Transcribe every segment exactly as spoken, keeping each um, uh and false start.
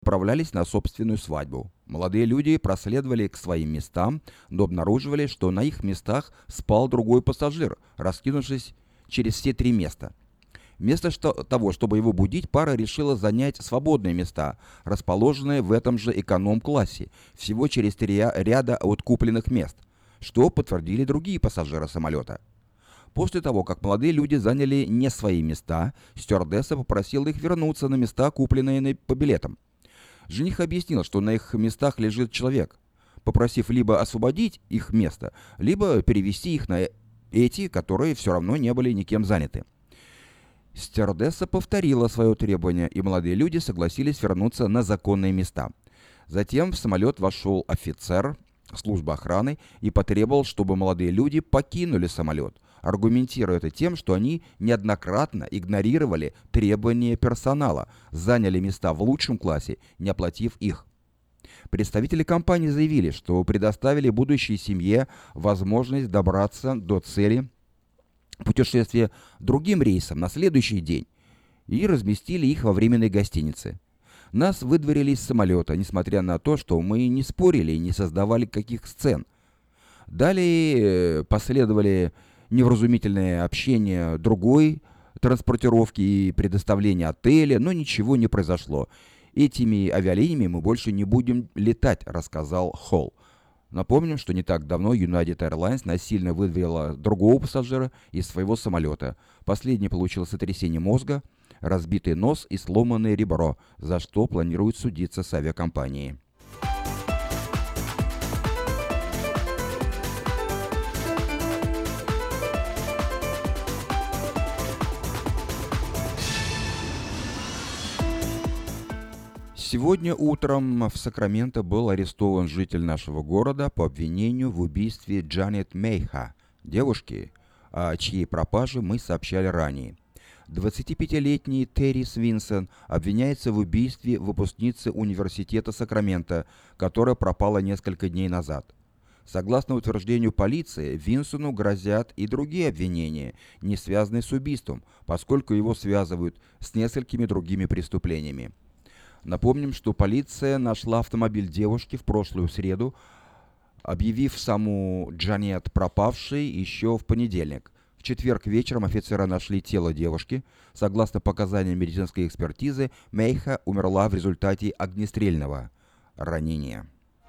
отправлялись на собственную свадьбу. Молодые люди проследовали к своим местам, но обнаруживали, что на их местах спал другой пассажир, раскинувшись через все три места. Вместо что- того, чтобы его будить, пара решила занять свободные места, расположенные в этом же эконом-классе, всего через три ря- ряда от купленных мест, что подтвердили другие пассажиры самолета. После того, как молодые люди заняли не свои места, стюардесса попросила их вернуться на места, купленные на- по билетам. Жених объяснил, что на их местах лежит человек, попросив либо освободить их место, либо перевести их на эти, которые все равно не были никем заняты. Стюардесса повторила свое требование, и молодые люди согласились вернуться на законные места. Затем в самолет вошел офицер службы охраны и потребовал, чтобы молодые люди покинули самолет, аргументируя это тем, что они неоднократно игнорировали требования персонала, заняли места в лучшем классе, не оплатив их. Представители компании заявили, что предоставили будущей семье возможность добраться до цели путешествия другим рейсом на следующий день и разместили их во временной гостинице. Нас выдворили из самолета, несмотря на то, что мы не спорили и не создавали каких сцен. Далее последовали невразумительное общение другой транспортировки и предоставление отеля, но ничего не произошло. Этими авиалиниями мы больше не будем летать, рассказал Холл. Напомним, что не так давно United Airlines насильно выдворила другого пассажира из своего самолета. Последний получил сотрясение мозга, разбитый нос и сломанное ребро, за что планирует судиться с авиакомпанией. Сегодня утром в Сакраменто был арестован житель нашего города по обвинению в убийстве Джанет Мейха, девушки, о чьей пропаже мы сообщали ранее. двадцатипятилетний Терри Свинсон обвиняется в убийстве выпускницы университета Сакраменто, которая пропала несколько дней назад. Согласно утверждению полиции, Винсону грозят и другие обвинения, не связанные с убийством, поскольку его связывают с несколькими другими преступлениями. Напомним, что полиция нашла автомобиль девушки в прошлую среду, объявив саму Джанет пропавшей еще в понедельник. В четверг вечером офицеры нашли тело девушки. Согласно показаниям медицинской экспертизы, Мейха умерла в результате огнестрельного ранения.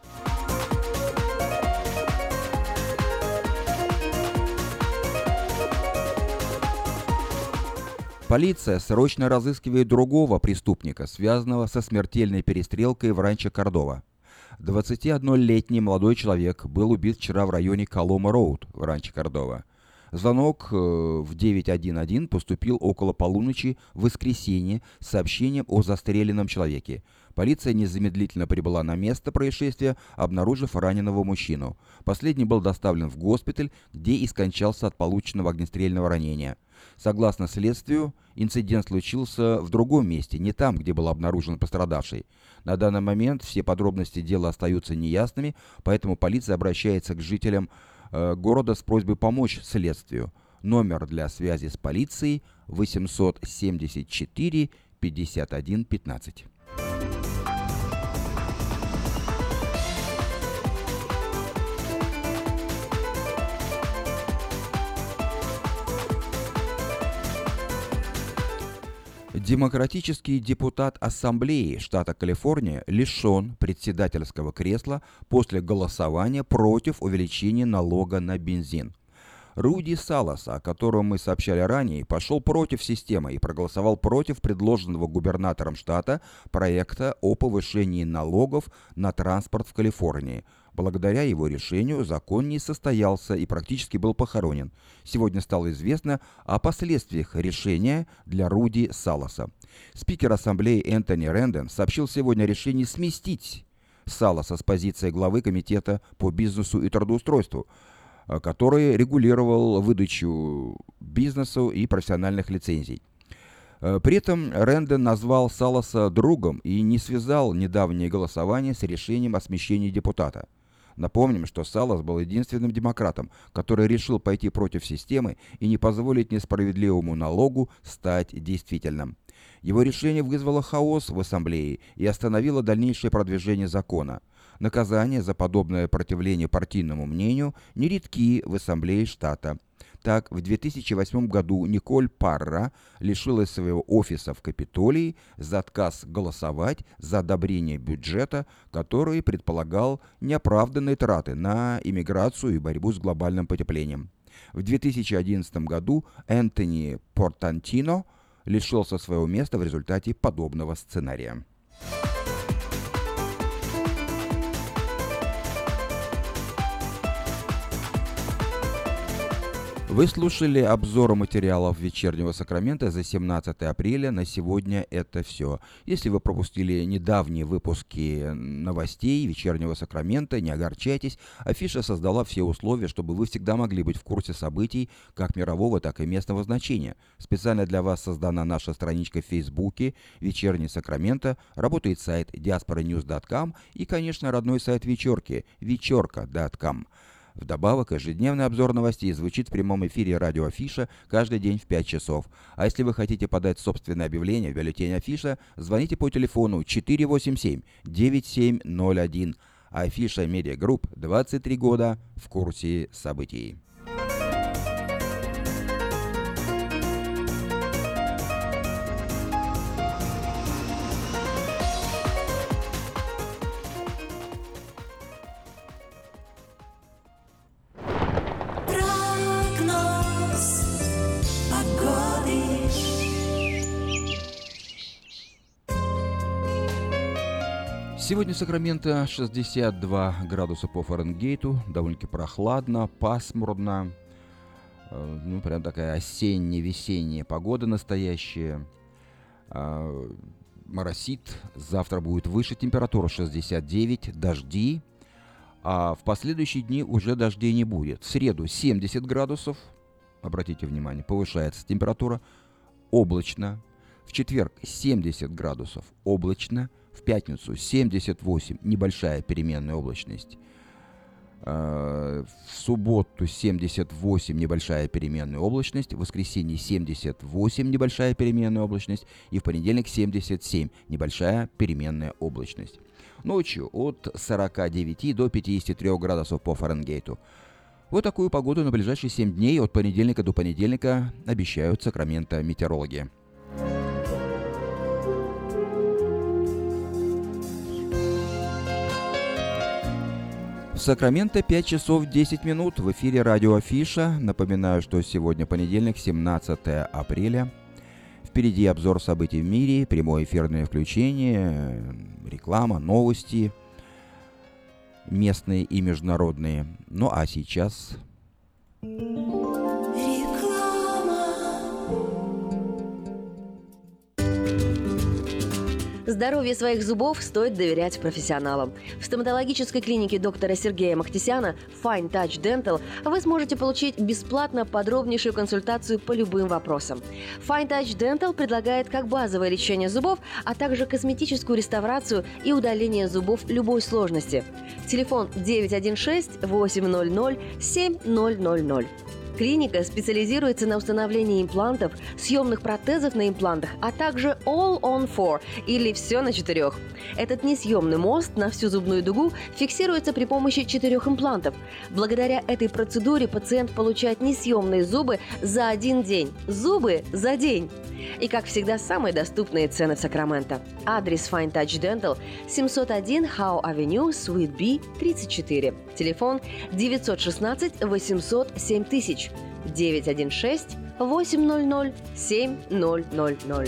Полиция срочно разыскивает другого преступника, связанного со смертельной перестрелкой в ранчо Кордова. двадцатиоднолетний молодой человек был убит вчера в районе Колома-Роуд в ранчо Кордова. Звонок э, в девять один один поступил около полуночи в воскресенье с сообщением о застреленном человеке. Полиция незамедлительно прибыла на место происшествия, обнаружив раненого мужчину. Последний был доставлен в госпиталь, где и скончался от полученного огнестрельного ранения. Согласно следствию, инцидент случился в другом месте, не там, где был обнаружен пострадавший. На данный момент все подробности дела остаются неясными, поэтому полиция обращается к жителям э, города с просьбой помочь следствию. Номер для связи с полицией восемьсот семьдесят четыре пятьдесят один пятнадцать. Демократический депутат Ассамблеи штата Калифорния лишен председательского кресла после голосования против увеличения налога на бензин. Руди Салас, о котором мы сообщали ранее, пошел против системы и проголосовал против предложенного губернатором штата проекта о повышении налогов на транспорт в Калифорнии. Благодаря его решению закон не состоялся и практически был похоронен. Сегодня стало известно о последствиях решения для Руди Саласа. Спикер Ассамблеи Энтони Рэндон сообщил сегодня о решении сместить Саласа с позиции главы комитета по бизнесу и трудоустройству, который регулировал выдачу бизнесу и профессиональных лицензий. При этом Рэндон назвал Саласа другом и не связал недавнее голосование с решением о смещении депутата. Напомним, что Саллас был единственным демократом, который решил пойти против системы и не позволить несправедливому налогу стать действительным. Его решение вызвало хаос в ассамблее и остановило дальнейшее продвижение закона. Наказания за подобное противление партийному мнению нередки в ассамблее штата. Так, в две тысячи восьмом году Николь Парра лишилась своего офиса в Капитолии за отказ голосовать за одобрение бюджета, который предполагал неоправданные траты на иммиграцию и борьбу с глобальным потеплением. В две тысячи одиннадцатом году Энтони Портантино лишился своего места в результате подобного сценария. Вы слушали обзор материалов «Вечернего Сакрамента» за семнадцатое апреля. На сегодня это все. Если вы пропустили недавние выпуски новостей «Вечернего Сакрамента», не огорчайтесь. Афиша создала все условия, чтобы вы всегда могли быть в курсе событий как мирового, так и местного значения. Специально для вас создана наша страничка в Фейсбуке «Вечерний Сакрамента», работает сайт диаспора ньюс точка ком и, конечно, родной сайт «Вечерки» – вечерка точка ком. Вдобавок, ежедневный обзор новостей звучит в прямом эфире радио Афиша каждый день в пять часов. А если вы хотите подать собственное объявление в бюллетень Афиша, звоните по телефону четыре восемь семь девять семь ноль один. Афиша Медиа Групп, двадцать три года в курсе событий. Сегодня в Сакраменто шестьдесят два градуса по Фаренгейту, довольно-таки прохладно, пасмурно, ну прям такая осенне-весенняя погода настоящая, моросит, завтра будет выше температура шестьдесят девять, дожди, а в последующие дни уже дождей не будет. В среду семьдесят градусов, обратите внимание, повышается температура, облачно, в четверг семьдесят градусов, облачно, в пятницу семьдесят восемь, небольшая переменная облачность. В субботу семьдесят восемь, небольшая переменная облачность. В воскресенье семьдесят восемь, небольшая переменная облачность. И в понедельник семьдесят семь, небольшая переменная облачность. Ночью от сорока девяти до пятидесяти трёх градусов по Фаренгейту. Вот такую погоду на ближайшие семь дней от понедельника до понедельника обещают Сакраменто метеорологи. В Сакраменто пять часов десять минут, в эфире радио Афиша. Напоминаю, что сегодня понедельник, семнадцатое апреля. Впереди обзор событий в мире, прямое эфирное включение, реклама, новости местные и международные. Ну а сейчас... Здоровье своих зубов стоит доверять профессионалам. В стоматологической клинике доктора Сергея Махтисяна Fine Touch Dental вы сможете получить бесплатно подробнейшую консультацию по любым вопросам. Fine Touch Dental предлагает как базовое лечение зубов, а также косметическую реставрацию и удаление зубов любой сложности. Телефон девять один шесть восемь ноль ноль семь ноль ноль ноль. Клиника специализируется на установлении имплантов, съемных протезов на имплантах, а также All on Four или все на четырех. Этот несъемный мост на всю зубную дугу фиксируется при помощи четырех имплантов. Благодаря этой процедуре пациент получает несъемные зубы за один день. Зубы за день! И, как всегда, самые доступные цены в Сакраменто. Адрес Fine Touch Dental семьсот один Howe Avenue, Suite B, тридцать четыре. Телефон девять один шесть восемьсот семь тысяч. девять один шесть восемь ноль ноль семь ноль ноль ноль.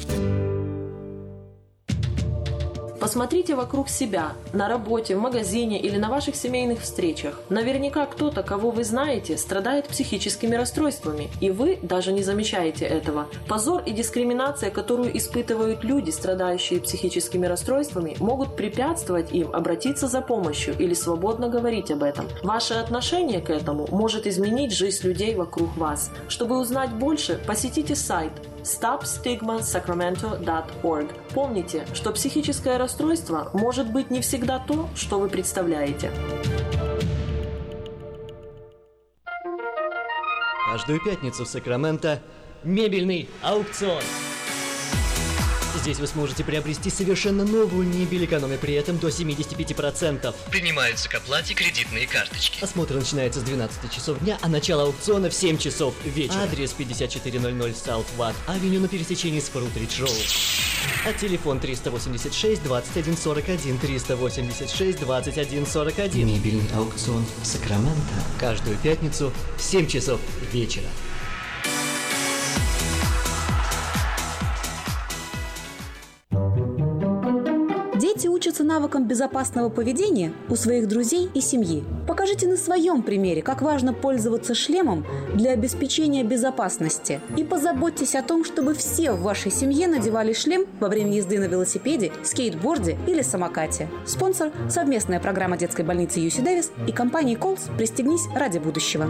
Посмотрите вокруг себя, на работе, в магазине или на ваших семейных встречах. Наверняка кто-то, кого вы знаете, страдает психическими расстройствами, и вы даже не замечаете этого. Позор и дискриминация, которую испытывают люди, страдающие психическими расстройствами, могут препятствовать им обратиться за помощью или свободно говорить об этом. Ваше отношение к этому может изменить жизнь людей вокруг вас. Чтобы узнать больше, посетите сайт стоп стигма сакраменто точка орг. Помните, что психическое расстройство может быть не всегда то, что вы представляете. Каждую пятницу в Сакраменто мебельный аукцион. Здесь вы сможете приобрести совершенно новую мебель, экономя при этом до семьдесят пять процентов. Принимаются к оплате кредитные карточки. Осмотр начинается с двенадцати часов дня, а начало аукциона в семь часов вечера. Адрес пятьдесят четыре ноль South Watt Avenue на пересечении с Фрутридж Роуд. А телефон триста восемьдесят шесть двадцать один сорок один, триста восемьдесят шесть двадцать один сорок один. Мебельный аукцион Сакраменто. Каждую пятницу в семь часов вечера. Дети учатся навыкам безопасного поведения у своих друзей и семьи. Покажите на своем примере, как важно пользоваться шлемом для обеспечения безопасности. И позаботьтесь о том, чтобы все в вашей семье надевали шлем во время езды на велосипеде, скейтборде или самокате. Спонсор – совместная программа детской больницы ю си Дэвис и компании Колс «Пристегнись ради будущего».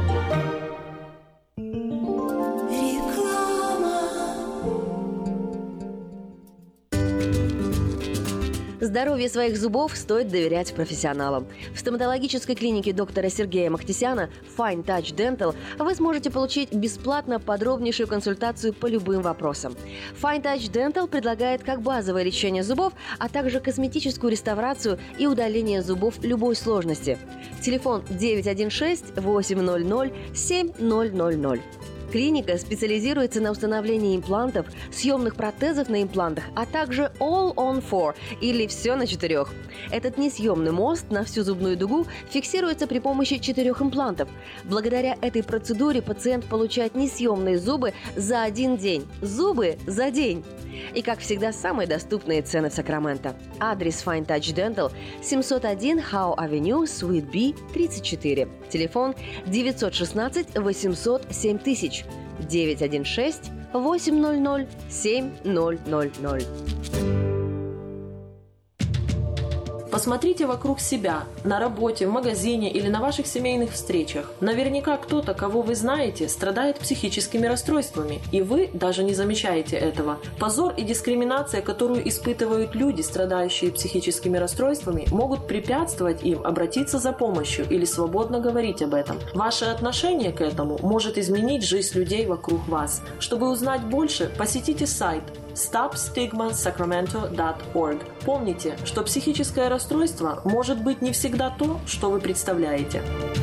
Здоровье своих зубов стоит доверять профессионалам. В стоматологической клинике доктора Сергея Махтисяна Fine Touch Dental вы сможете получить бесплатно подробнейшую консультацию по любым вопросам. Fine Touch Dental предлагает как базовое лечение зубов, а также косметическую реставрацию и удаление зубов любой сложности. Телефон девять один шесть восемь ноль ноль семь ноль ноль ноль. Клиника специализируется на установлении имплантов, съемных протезов на имплантах, а также All on Four или «Все на четырех». Этот несъемный мост на всю зубную дугу фиксируется при помощи четырех имплантов. Благодаря этой процедуре пациент получает несъемные зубы за один день. Зубы за день! И, как всегда, самые доступные цены в Сакраменто. Адрес Fine Touch Dental семьсот один Howe Avenue, Suite B, тридцать четыре. Телефон девять один шесть восемьсот семь тысяч. девять один шесть восемь ноль ноль семь ноль ноль ноль. Посмотрите вокруг себя, на работе, в магазине или на ваших семейных встречах. Наверняка кто-то, кого вы знаете, страдает психическими расстройствами, и вы даже не замечаете этого. Позор и дискриминация, которую испытывают люди, страдающие психическими расстройствами, могут препятствовать им обратиться за помощью или свободно говорить об этом. Ваше отношение к этому может изменить жизнь людей вокруг вас. Чтобы узнать больше, посетите сайт стоп стигма сакраменто точка орг. Помните, что психическое расстройство может быть не всегда то, что вы представляете.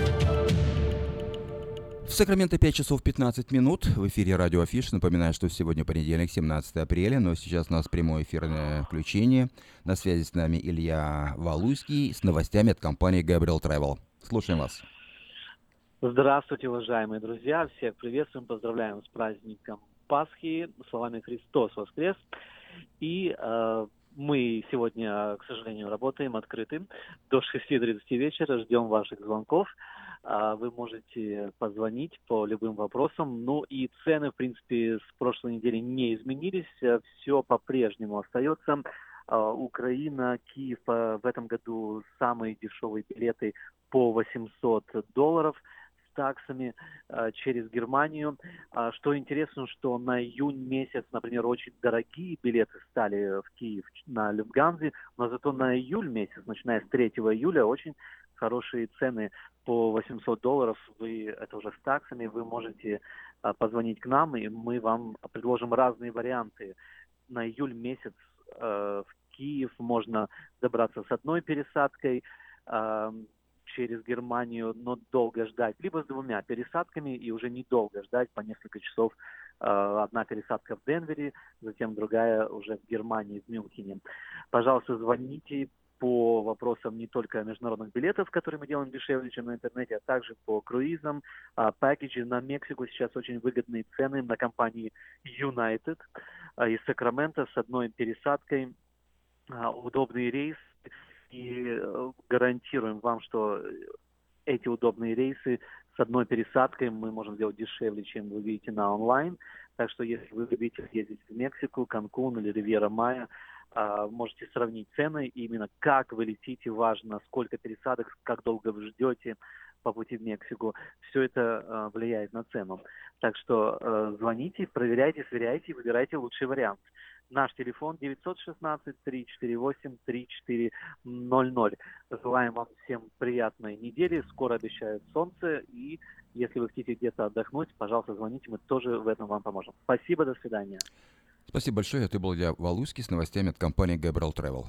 В Сакраменто пять часов пятнадцать минут. В эфире Радио Афиш. Напоминаю, что сегодня понедельник, семнадцатое апреля, но сейчас у нас прямое эфирное включение. На связи с нами Илья Валуйский с новостями от компании Gabriel Travel. Слушаем вас. Здравствуйте, уважаемые друзья. Всех приветствуем, поздравляем с праздником Пасхи, словами «Христос воскрес». И э, мы сегодня, к сожалению, работаем открыты до шести тридцати вечера, ждем ваших звонков. Э, вы можете позвонить по любым вопросам. Ну и цены, в принципе, с прошлой недели не изменились, все по-прежнему остается. Э, Украина, Киев э, в этом году самые дешевые билеты по восемьсот долларов. Таксами э, через Германию. А, что интересно, что на июнь месяц, например, очень дорогие билеты стали в Киев на Люфтганзе, но зато на июль месяц, начиная с третьего июля, очень хорошие цены по восемьсот долларов. Вы, это уже с таксами, вы можете а, позвонить к нам, и мы вам предложим разные варианты. На июль месяц э, в Киев можно добраться с одной пересадкой, э, через Германию, но долго ждать, либо с двумя пересадками и уже недолго ждать, по несколько часов. Одна пересадка в Денвере, затем другая уже в Германии, в Мюнхене. Пожалуйста, звоните по вопросам не только международных билетов, которые мы делаем дешевле, чем на интернете, а также по круизам, пакеджи. На Мексику сейчас очень выгодные цены на компании United из Сакрамента с одной пересадкой, удобный рейс. И гарантируем вам, что эти удобные рейсы с одной пересадкой мы можем сделать дешевле, чем вы видите на онлайн. Так что если вы любите ездить в Мексику, Канкун или Ривьера Майя, а, можете сравнить цены, именно как вы летите, важно, сколько пересадок, как долго вы ждете по пути в Мексику. Все это а, влияет на цену. Так что а, звоните, проверяйте, сверяйте, выбирайте лучший вариант. Наш телефон девять один шесть три четыре восемь три четыре ноль ноль. Желаем вам всем приятной недели. Скоро обещают солнце. И если вы хотите где-то отдохнуть, пожалуйста, звоните. Мы тоже в этом вам поможем. Спасибо, до свидания. Спасибо большое. Это был Илья Валуйский с новостями от компании Gabriel Travel.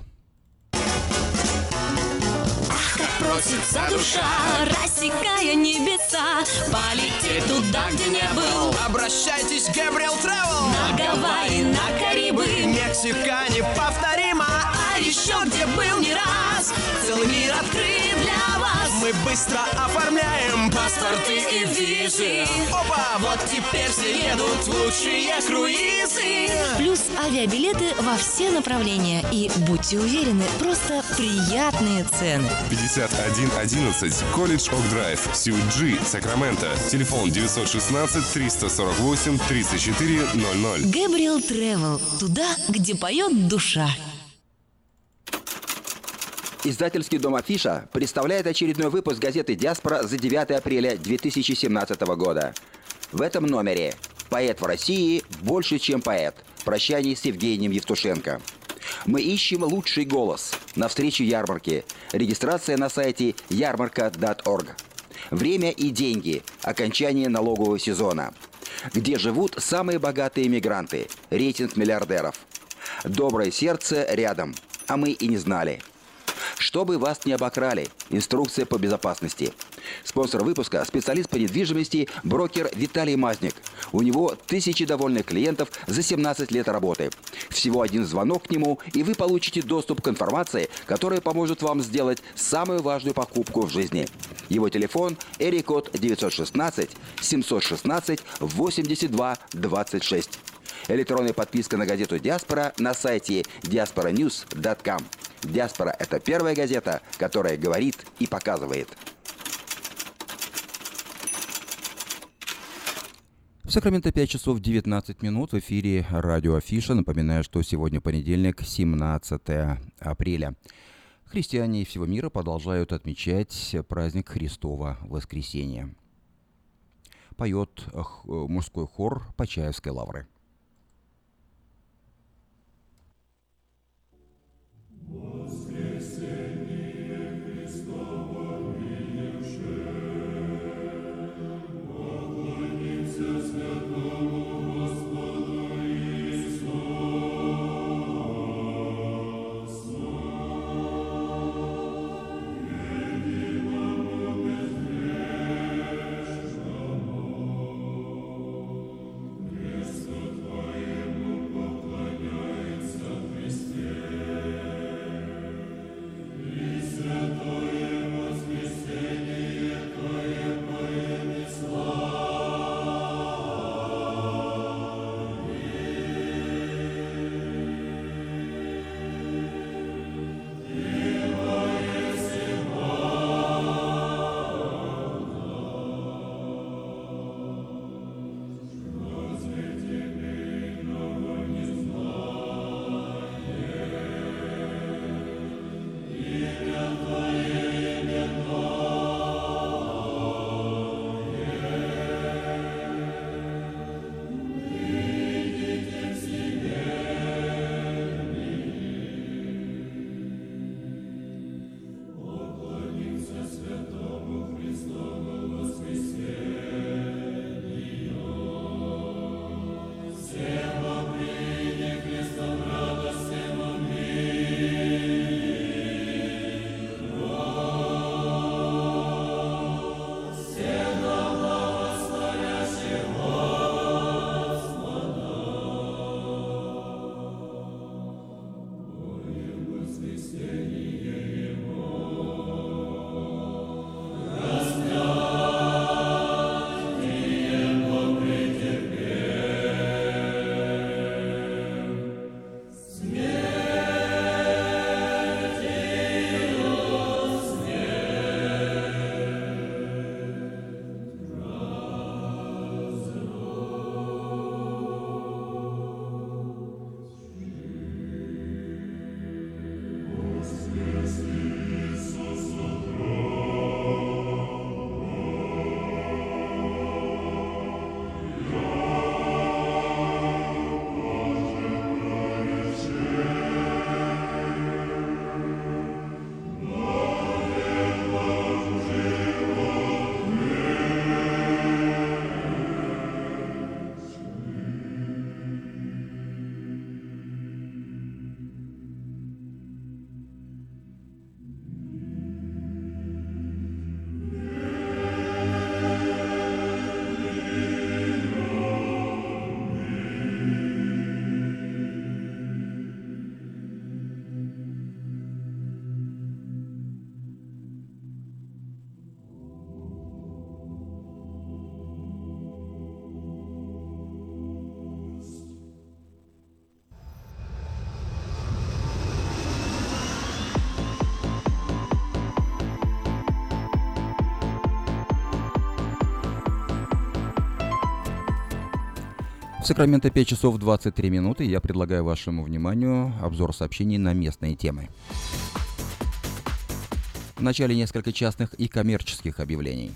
Ах, как просится душа, рассекая небеса, полететь туда, где не был. Обращайтесь в Gabriel Travel. На Гавайи, на Карибы, Мексика неповторима. а еще где был не раз. Целый мир открыт для вас. Мы быстро оформляем Паспорты и визы. Опа! Вот теперь все едут в лучшие круизы. Плюс авиабилеты во все направления. И будьте уверены, просто приятные цены. пятьдесят один одиннадцать Колледж Ок Драйв, Сьют Джи, Сакраменто. Телефон девять один шесть три сорок восемь тридцать четыре ноль ноль. Gabriel Travel. Туда, где поет душа. Издательский дом «Афиша» представляет очередной выпуск газеты «Диаспора» за девятое апреля две тысячи семнадцатого года. В этом номере «Поэт в России больше, чем поэт. Прощание с Евгением Евтушенко». Мы ищем лучший голос. Навстречу ярмарке. Регистрация на сайте ярмарка точка орг. Время и деньги. Окончание налогового сезона. Где живут самые богатые мигранты. Рейтинг миллиардеров. Доброе сердце рядом. А мы и не знали. Чтобы вас не обокрали. Инструкция по безопасности. Спонсор выпуска – специалист по недвижимости, брокер Виталий Мазник. У него тысячи довольных клиентов за семнадцать лет работы. Всего один звонок к нему, и вы получите доступ к информации, которая поможет вам сделать самую важную покупку в жизни. Его телефон – эрикод девять один шесть семь один шесть восемьдесят два двадцать шесть. Электронная подписка на газету «Диаспора» на сайте диаспора ньюс точка ком. «Диаспора» — это первая газета, которая говорит и показывает. В Сакраменто пять часов девятнадцать минут. В эфире радио Афиша. Напоминаю, что сегодня понедельник, семнадцатое апреля. Христиане всего мира продолжают отмечать праздник Христова Воскресения. Поет мужской хор Почаевской лавры. Господи, В Сакраменто пять часов двадцать три минуты. Я предлагаю вашему вниманию обзор сообщений на местные темы. В начале несколько частных и коммерческих объявлений.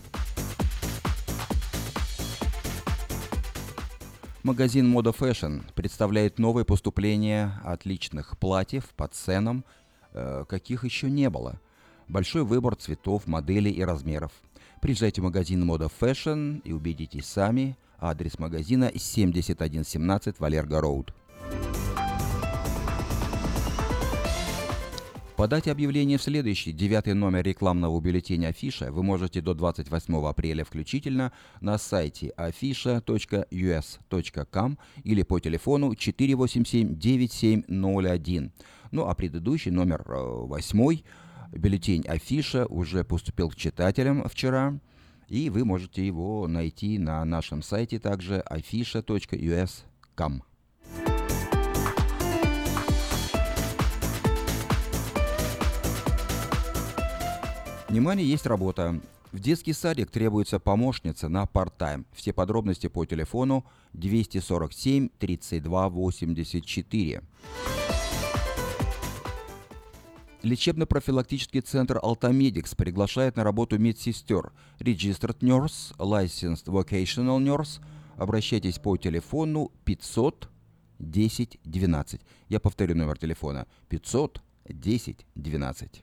Магазин Moda Fashion представляет новые поступления отличных платьев по ценам, э, каких еще не было. Большой выбор цветов, моделей и размеров. Приезжайте в магазин Moda Fashion и убедитесь сами. Адрес магазина семьдесят один семнадцать Валерго Роуд. Подать объявление в следующий, девятый номер рекламного бюллетеня «Афиша» вы можете до двадцать восьмого апреля включительно на сайте афиша точка ю эс точка ком или по телефону четыре восемь семь девять семь ноль один. Ну а предыдущий, номер восьмой, бюллетень «Афиша» уже поступил к читателям вчера, и вы можете его найти на нашем сайте также афиша точка ю эс точка ком. Внимание, есть работа. В детский садик требуется помощница на парт-тайм. Все подробности по телефону двести сорок семь тридцать два восемьдесят четыре. Лечебно-профилактический центр «Алтамедикс» приглашает на работу медсестер Registered Nurse, Licensed Vocational Nurse. Обращайтесь по телефону пятьсот десять двенадцать. Я повторю номер телефона пятьсот десять двенадцать.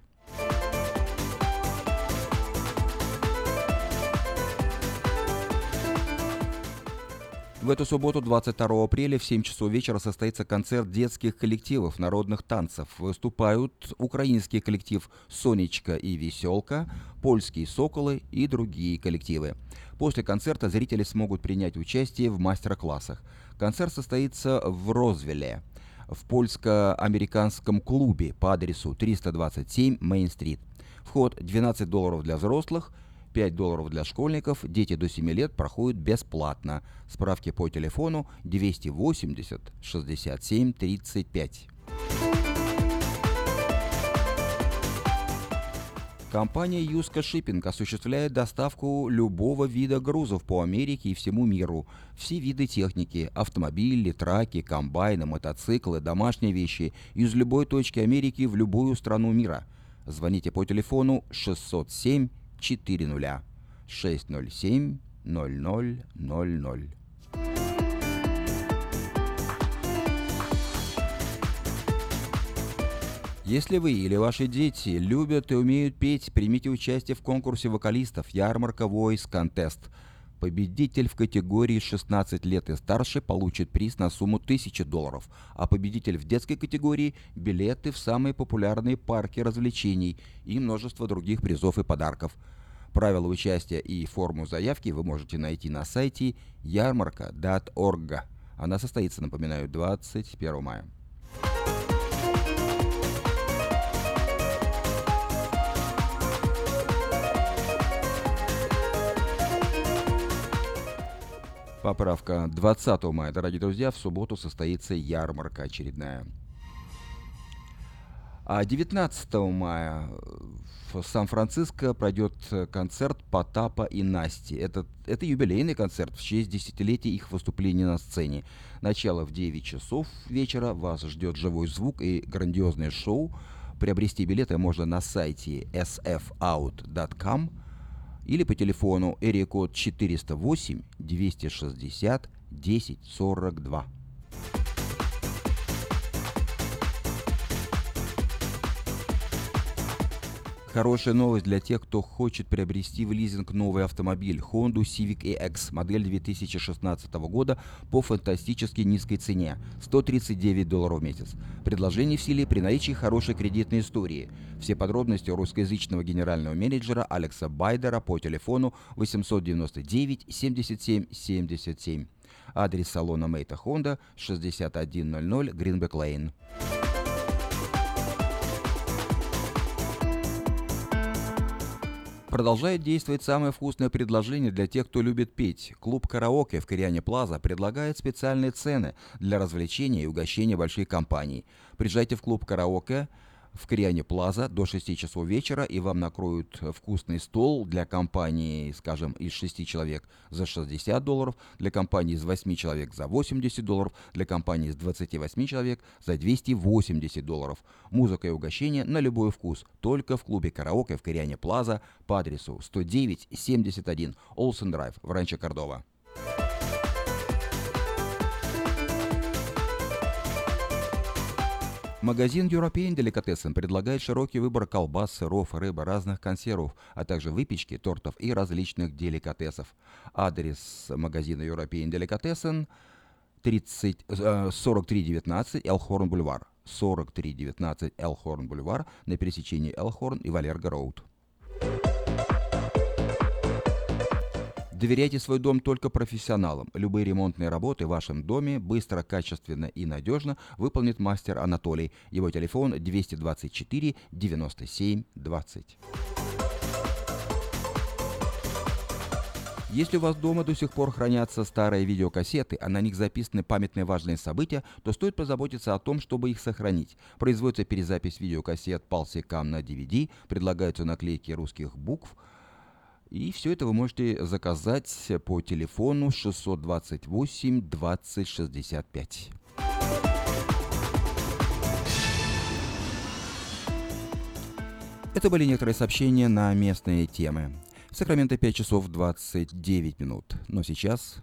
В эту субботу, двадцать второго апреля, в семь часов вечера состоится концерт детских коллективов народных танцев. Выступают украинский коллектив «Сонечка» и «Веселка», польские «Соколы» и другие коллективы. После концерта зрители смогут принять участие в мастер-классах. Концерт состоится в Розвилле, в польско-американском клубе по адресу триста двадцать семь Мейн-стрит. Вход двенадцать долларов для взрослых, пять долларов для школьников, дети до семи лет проходят бесплатно. Справки по телефону двести восемьдесят шестьдесят семь тридцать пять. Компания Юска Шиппинг осуществляет доставку любого вида грузов по Америке и всему миру. Все виды техники – автомобили, траки, комбайны, мотоциклы, домашние вещи – из любой точки Америки в любую страну мира. Звоните по телефону шестьсот семь четыреста шестьсот семь ноль ноль ноль ноль. Если вы или ваши дети любят и умеют петь, примите участие в конкурсе вокалистов «Ярмарка Voice Contest». Победитель в категории шестнадцать лет и старше получит приз на сумму тысяча долларов, а победитель в детской категории – билеты в самые популярные парки развлечений и множество других призов и подарков. Правила участия и форму заявки вы можете найти на сайте ярмарка точка орг. Она состоится, напоминаю, двадцать первого мая. Поправка. двадцатого мая, дорогие друзья, в субботу состоится ярмарка очередная. А девятнадцатого мая в Сан-Франциско пройдет концерт Потапа и Насти. Это, это юбилейный концерт в честь десятилетия их выступления на сцене. Начало в девять часов вечера. Вас ждет живой звук и грандиозное шоу. Приобрести билеты можно на сайте эс эф аут точка ком или по телефону area код четыреста восемь двести шестьдесят десять сорок два. Хорошая новость для тех, кто хочет приобрести в лизинг новый автомобиль Honda Civic и экс, модель две тысячи шестнадцатого года по фантастически низкой цене – сто тридцать девять долларов в месяц. Предложение в силе при наличии хорошей кредитной истории. Все подробности у русскоязычного генерального менеджера Алекса Байдера по телефону восемьсот девяносто девять семьдесят семь семьдесят семь. Адрес салона Мэйта Honda шестьдесят один ноль ноль Гринбек Лейн. Продолжает действовать самое вкусное предложение для тех, кто любит петь. Клуб «Караоке» в Кориане Плаза предлагает специальные цены для развлечения и угощения больших компаний. Приезжайте в клуб «Караоке» в Кориане Плаза до шести часов вечера, и вам накроют вкусный стол для компании, скажем, из шести человек за шестьдесят долларов, для компании из восьми человек за восемьдесят долларов, для компании из двадцати восьми человек за двести восемьдесят долларов. Музыка и угощение на любой вкус, только в клубе караоке в Кориане Плаза по адресу сто девять семьдесят один Олсен Драйв в Ранчо Кордова. Магазин European Delicatessen предлагает широкий выбор колбас, сыров, рыбы, разных консервов, а также выпечки, тортов и различных деликатесов. Адрес магазина European Delicatessen тридцать, сорок три девятнадцать Элхорн Бульвар. сорок три девятнадцать Элхорн Бульвар на пересечении Элхорн и Валерго Роуд. Доверяйте свой дом только профессионалам. Любые ремонтные работы в вашем доме быстро, качественно и надежно выполнит мастер Анатолий. Его телефон двести двадцать четыре девяносто семь двадцать. Если у вас дома до сих пор хранятся старые видеокассеты, а на них записаны памятные важные события, то стоит позаботиться о том, чтобы их сохранить. Производится перезапись видеокассет Pulsicam на ди ви ди, предлагаются наклейки русских букв. И все это вы можете заказать по телефону шестьсот двадцать восемь двадцать шестьдесят пять. Это были некоторые сообщения на местные темы. В Сакраменто пять часов двадцать девять минут. Но сейчас...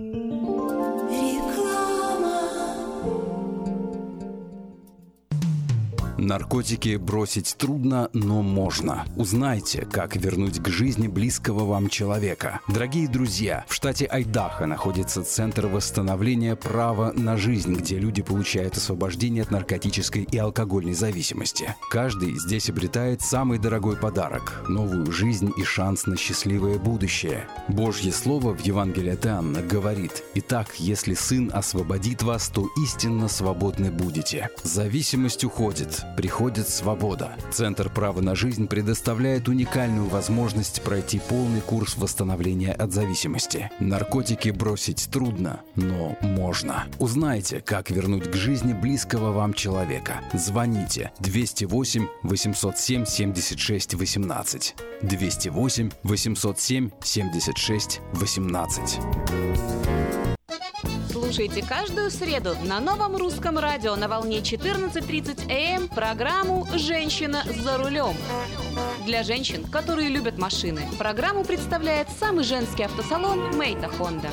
Наркотики бросить трудно, но можно. Узнайте, как вернуть к жизни близкого вам человека. Дорогие друзья, в штате Айдахо находится Центр восстановления права на жизнь, где люди получают освобождение от наркотической и алкогольной зависимости. Каждый здесь обретает самый дорогой подарок – новую жизнь и шанс на счастливое будущее. Божье Слово в Евангелии от Иоанна говорит: «Итак, если Сын освободит вас, то истинно свободны будете». Зависимость уходит. Приходит свобода. Центр права на жизнь предоставляет уникальную возможность пройти полный курс восстановления от зависимости. Наркотики бросить трудно, но можно. Узнайте, как вернуть к жизни близкого вам человека. Звоните двести восемь восемьсот семь семьдесят шесть восемнадцать. двести восемь восемьсот семь семьдесят шесть восемнадцать. Слушайте каждую среду на Новом русском радио на волне четырнадцать тридцать эй эм программу «Женщина за рулем». Для женщин, которые любят машины, программу представляет самый женский автосалон «Мейта Хонда».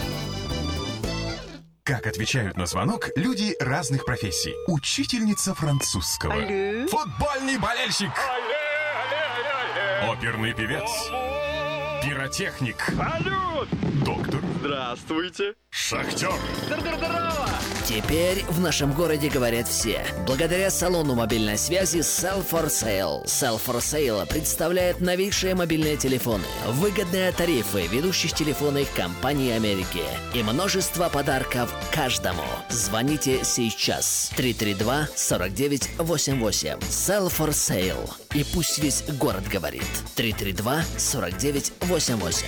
Как отвечают на звонок люди разных профессий. Учительница французского. Алле. Футбольный болельщик. Алле, алле, алле. Оперный певец. Пиротехник. Салют! Доктор. Здравствуйте. Шахтер. Здорово! Теперь в нашем городе говорят все. Благодаря салону мобильной связи Sell for Sale. Sell for Sale представляет новейшие мобильные телефоны, выгодные тарифы ведущих телефонных компаний Америки и множество подарков каждому. Звоните сейчас. три три два сорок девять восемьдесят восемь. Sell for Sale. И пусть весь город говорит. три три два сорок девять восемьдесят восемь.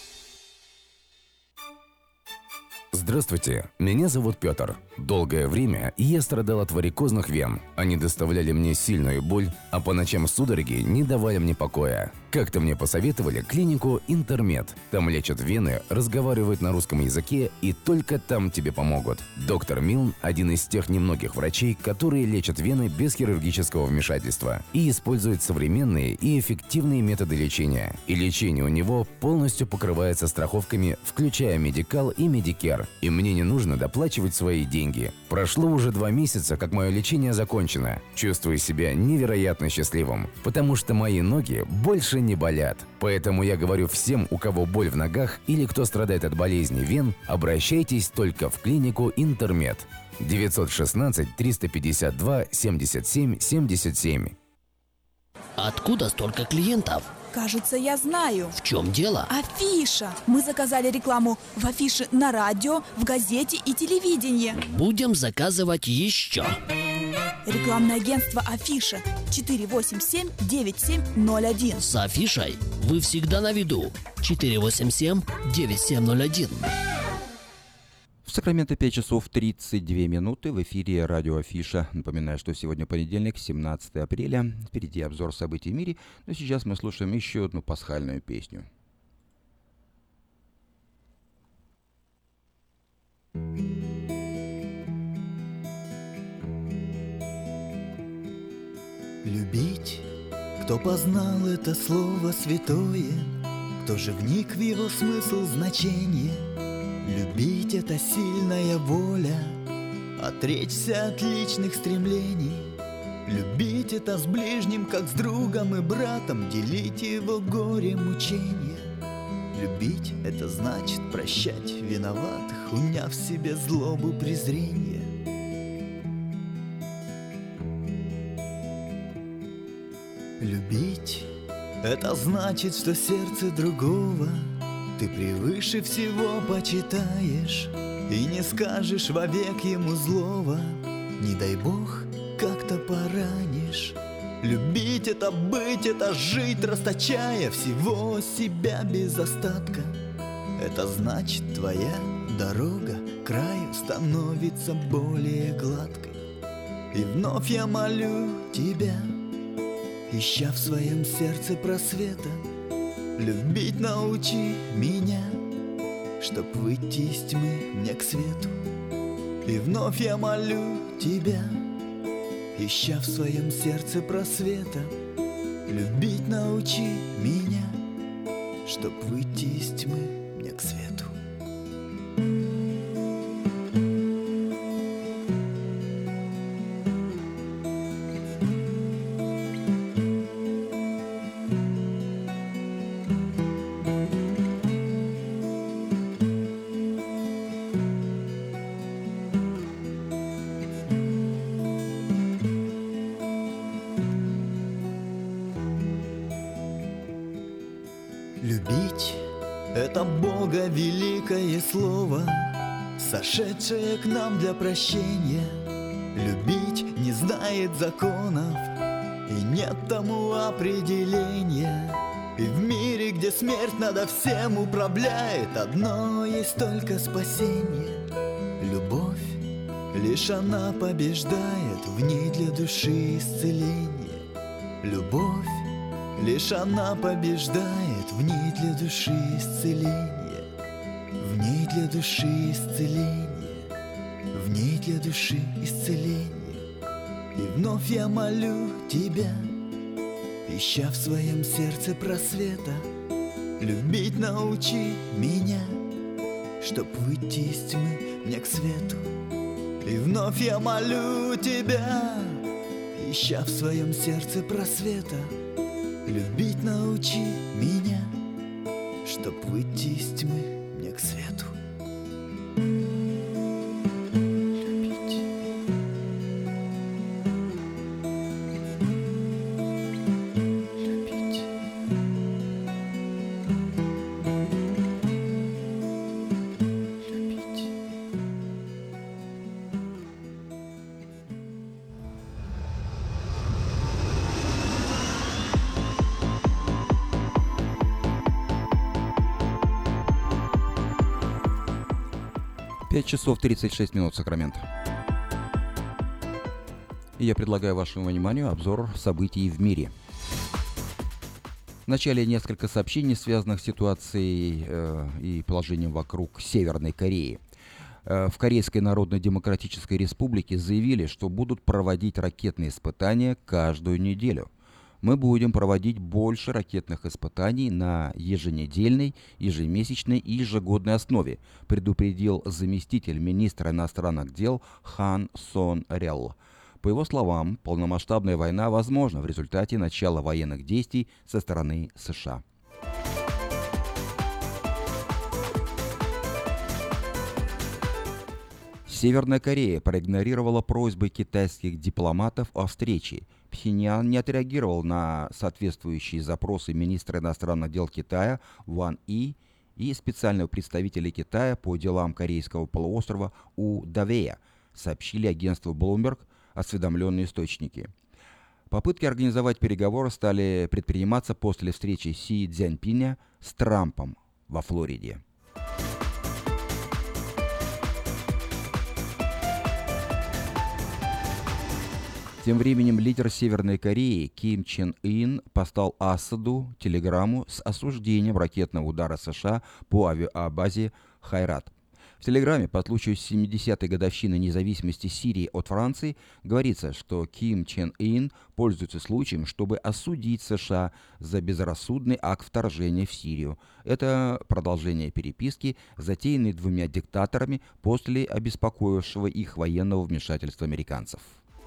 Здравствуйте, меня зовут Петр. Долгое время я страдал от варикозных вен. Они доставляли мне сильную боль, а по ночам судороги не давали мне покоя. Как-то мне посоветовали клинику Интермед. Там лечат вены, разговаривают на русском языке, и только там тебе помогут. Доктор Милн – один из тех немногих врачей, которые лечат вены без хирургического вмешательства и используют современные и эффективные методы лечения. И лечение у него полностью покрывается страховками, включая Медикал и Медикер. И мне не нужно доплачивать свои деньги. Прошло уже два месяца, как мое лечение закончено. Чувствую себя невероятно счастливым, потому что мои ноги больше не болят. Поэтому я говорю всем, у кого боль в ногах или кто страдает от болезни вен, обращайтесь только в клинику Интермед. девятьсот шестнадцать триста пятьдесят два семьдесят семь семьдесят семь. Откуда столько клиентов? Кажется, я знаю. В чем дело? Афиша. Мы заказали рекламу в афише на радио, в газете и телевидении. Будем заказывать еще. Рекламное агентство «Афиша» четыре восемь семь девять семь ноль один. С афишей вы всегда на виду. четыре восемь семь девять семь ноль один. В В Сакраменто пять часов тридцать две минуты. В эфире радио Афиша. Напоминаю, что сегодня понедельник, семнадцатое апреля. Впереди обзор событий в мире. Но сейчас мы слушаем еще одну пасхальную песню. Любить, кто познал это слово святое, кто же вник в его смысл, значение. Любить — это сильная воля, отречься от личных стремлений. Любить — это с ближним, как с другом и братом, делить его горе, мучения. Любить — это значит прощать виноватых, уняв в себе злобу, презрение. Любить — это значит, что сердце другого ты превыше всего почитаешь и не скажешь вовек ему злого, не дай Бог, как-то поранишь. Любить — это быть, это жить, расточая всего себя без остатка. Это значит, твоя дорога к краю становится более гладкой. И вновь я молю тебя, ища в своем сердце просвета, любить научи меня, чтоб выйти из тьмы мне к свету. И вновь я молю тебя, ища в своем сердце просвета, любить научи меня, чтоб выйти из тьмы мне к свету. Любить — это Бога великое слово, сошедшее к нам для прощения. Любить не знает законов, и нет тому определения. И в мире, где смерть надо всем управляет, одно есть только спасение. Любовь, лишь она побеждает, в ней для души исцеление. Любовь, лишь она побеждает, в ней для души исцеление, в ней для души исцеление, в ней для души исцеление. И вновь я молю тебя, ища в своем сердце просвета, любить научи меня, чтоб выйти из тьмы мне к свету. И вновь я молю тебя, ища в своем сердце просвета, любить научи меня, чтоб выйти из тьмы мне к свету. пять часов тридцать шесть минут, Сакраменто. И я предлагаю вашему вниманию обзор событий в мире. Вначале несколько сообщений, связанных с ситуацией э, и положением вокруг Северной Кореи. Э, в Корейской Народно-Демократической Республике заявили, что будут проводить ракетные испытания каждую неделю. Мы будем проводить больше ракетных испытаний на еженедельной, ежемесячной и ежегодной основе, предупредил заместитель министра иностранных дел Хан Сон Рел. По его словам, полномасштабная война возможна в результате начала военных действий со стороны США. Северная Корея проигнорировала просьбы китайских дипломатов о встрече. Пхеньян не отреагировал на соответствующие запросы министра иностранных дел Китая Ван И и специального представителя Китая по делам Корейского полуострова У Давея, сообщили агентству Bloomberg осведомленные источники. Попытки организовать переговоры стали предприниматься после встречи Си Цзяньпиня с Трампом во Флориде. Тем временем лидер Северной Кореи Ким Чен Ын послал Асаду телеграмму с осуждением ракетного удара США по авиабазе Хайрат. В телеграмме по случаю семидесятой годовщины независимости Сирии от Франции говорится, что Ким Чен Ын пользуется случаем, чтобы осудить США за безрассудный акт вторжения в Сирию. Это продолжение переписки, затеянной двумя диктаторами после обеспокоившего их военного вмешательства американцев.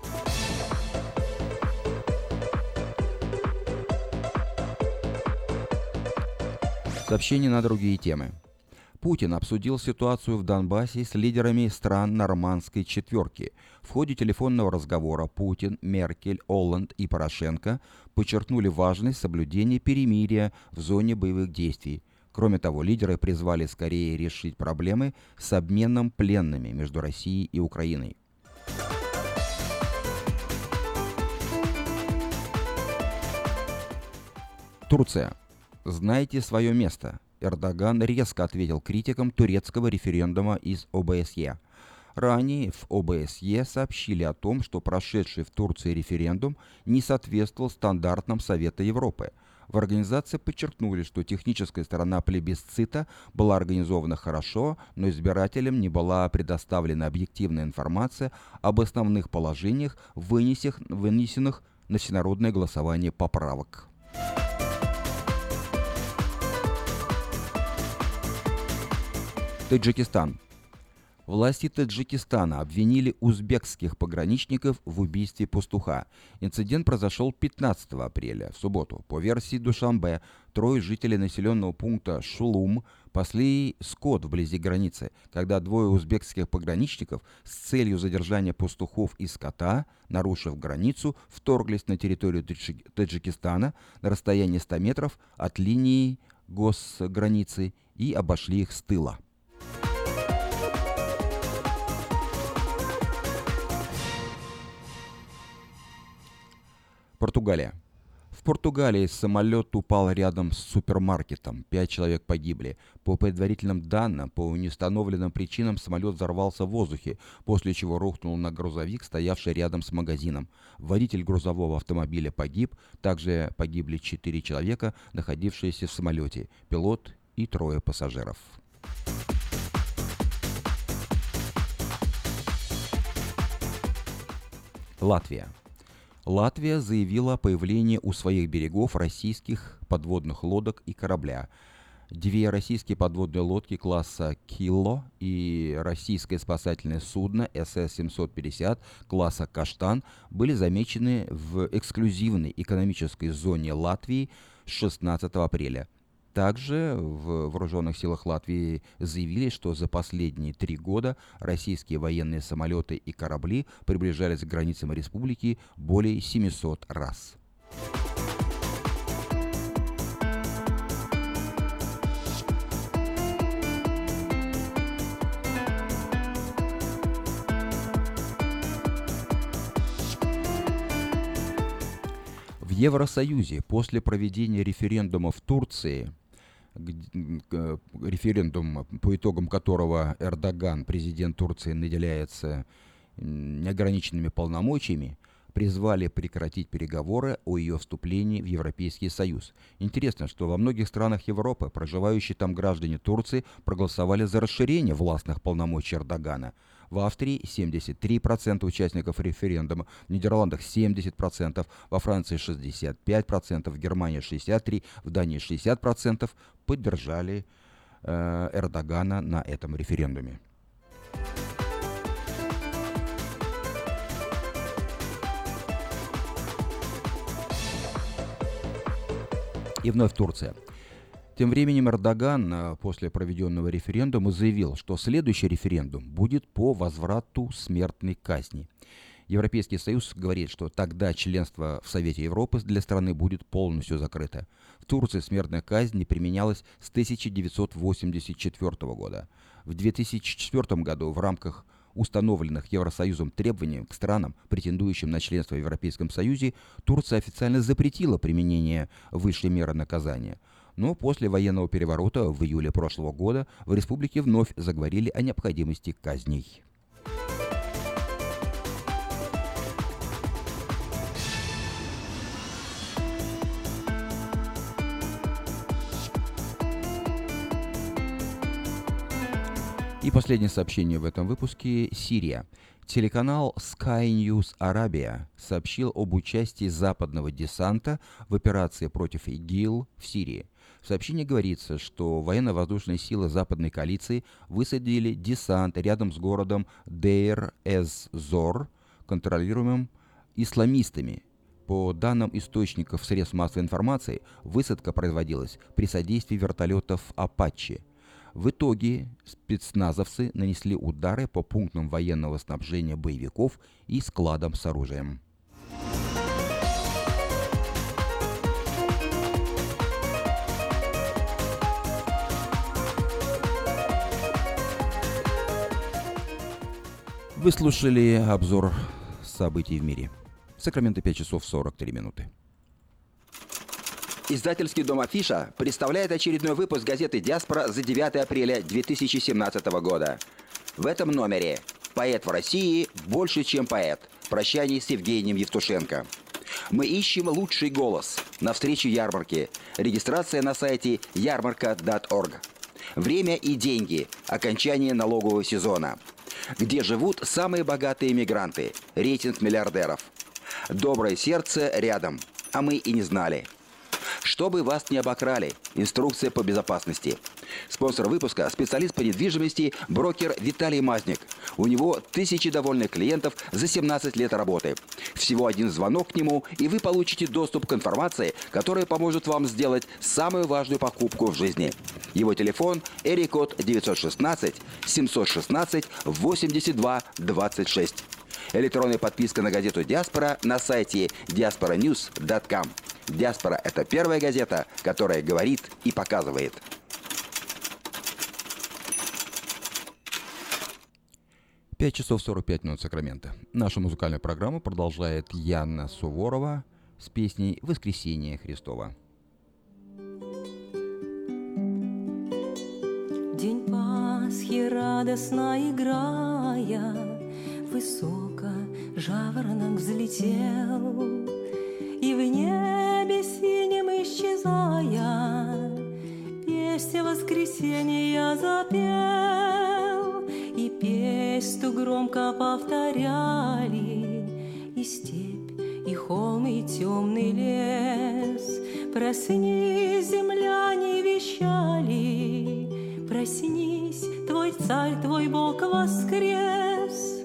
Сообщение на другие темы. Путин обсудил ситуацию в Донбассе с лидерами стран Нормандской четверки. В ходе телефонного разговора Путин, Меркель, Олланд и Порошенко подчеркнули важность соблюдения перемирия в зоне боевых действий. Кроме того, лидеры призвали скорее решить проблемы с обменом пленными между Россией и Украиной. Турция. Знайте свое место. Эрдоган резко ответил критикам турецкого референдума из О Бэ Эс Е. Ранее в О Бэ Эс Е сообщили о том, что прошедший в Турции референдум не соответствовал стандартам Совета Европы. В организации подчеркнули, что техническая сторона плебисцита была организована хорошо, но избирателям не была предоставлена объективная информация об основных положениях, вынесенных на всенародное голосование поправок. Таджикистан. Власти Таджикистана обвинили узбекских пограничников в убийстве пастуха. Инцидент произошел пятнадцатого апреля, в субботу. По версии Душанбе, трое жителей населенного пункта Шулум пасли скот вблизи границы, когда двое узбекских пограничников с целью задержания пастухов и скота, нарушив границу, вторглись на территорию Таджикистана на расстоянии ста метров от линии госграницы и обошли их с тыла. Португалия. В Португалии самолет упал рядом с супермаркетом. Пять человек погибли. По предварительным данным, по неустановленным причинам самолет взорвался в воздухе, после чего рухнул на грузовик, стоявший рядом с магазином. Водитель грузового автомобиля погиб. Также погибли четыре человека, находившиеся в самолете. Пилот и трое пассажиров. Латвия. Латвия заявила о появлении у своих берегов российских подводных лодок и корабля. Две российские подводные лодки класса «Килло» и российское спасательное судно эс эс семьсот пятьдесят класса «Каштан» были замечены в эксклюзивной экономической зоне Латвии с шестнадцатого апреля. Также в Вооруженных силах Латвии заявили, что за последние три года российские военные самолеты и корабли приближались к границам республики более семисот раз. В Евросоюзе после проведения референдума в Турции, референдум, по итогам которого Эрдоган, президент Турции, наделяется неограниченными полномочиями, призвали прекратить переговоры о ее вступлении в Европейский Союз. Интересно, что во многих странах Европы проживающие там граждане Турции проголосовали за расширение властных полномочий Эрдогана. В Австрии семьдесят три процента участников референдума, в Нидерландах семьдесят процентов, во Франции шестьдесят пять процентов, в Германии шестьдесят три процента, в Дании шестьдесят процентов поддержали э, Эрдогана на этом референдуме. И вновь Турция. Тем временем Эрдоган после проведенного референдума заявил, что следующий референдум будет по возврату смертной казни. Европейский Союз говорит, что тогда членство в Совете Европы для страны будет полностью закрыто. В Турции смертная казнь не применялась с тысяча девятьсот восемьдесят четвёртого года. В две тысячи четвёртом году в рамках установленных Евросоюзом требований к странам, претендующим на членство в Европейском Союзе, Турция официально запретила применение высшей меры наказания. Но после военного переворота в июле прошлого года в республике вновь заговорили о необходимости казней. И последнее сообщение в этом выпуске – Сирия. Телеканал Sky News Arabia сообщил об участии западного десанта в операции против ИГИЛ в Сирии. В сообщении говорится, что военно-воздушные силы западной коалиции высадили десант рядом с городом Дейр-эз-Зор, контролируемым исламистами. По данным источников средств массовой информации, высадка производилась при содействии вертолетов «Апачи». В итоге спецназовцы нанесли удары по пунктам военного снабжения боевиков и складам с оружием. Вы слушали обзор событий в мире. Сакраменто, пять часов сорок три минуты. Издательский дом «Афиша» представляет очередной выпуск газеты «Диаспора» за девятое апреля две тысячи семнадцатого года. В этом номере «Поэт в России больше, чем поэт. Прощание с Евгением Евтушенко». Мы ищем лучший голос. Навстречу ярмарке. Регистрация на сайте ярмарка точка орг. Время и деньги. Окончание налогового сезона. Где живут самые богатые мигранты. Рейтинг миллиардеров. Доброе сердце рядом. А мы и не знали. Чтобы вас не обокрали. Инструкция по безопасности. Спонсор выпуска – специалист по недвижимости, брокер Виталий Мазник. У него тысячи довольных клиентов за семнадцать лет работы. Всего один звонок к нему, и вы получите доступ к информации, которая поможет вам сделать самую важную покупку в жизни. Его телефон – эрикод девятьсот шестнадцать семьсот шестнадцать восемьдесят два двадцать шесть. Электронная подписка на газету «Диаспора» на сайте диаспора ньюс точка ком. «Диаспора» – это первая газета, которая говорит и показывает. пять часов сорок пять минут Сакраменто. Нашу музыкальную программу продолжает Яна Суворова с песней «Воскресение Христово». День Пасхи радостно играя, высоко жаворонок взлетел, и в небе синим исчезая, песнь воскресенья запел, и песнь ту громко повторяли, и степь, и холм, и темный лес. Проснись, земляне вещали, проснись, твой царь, твой Бог воскрес.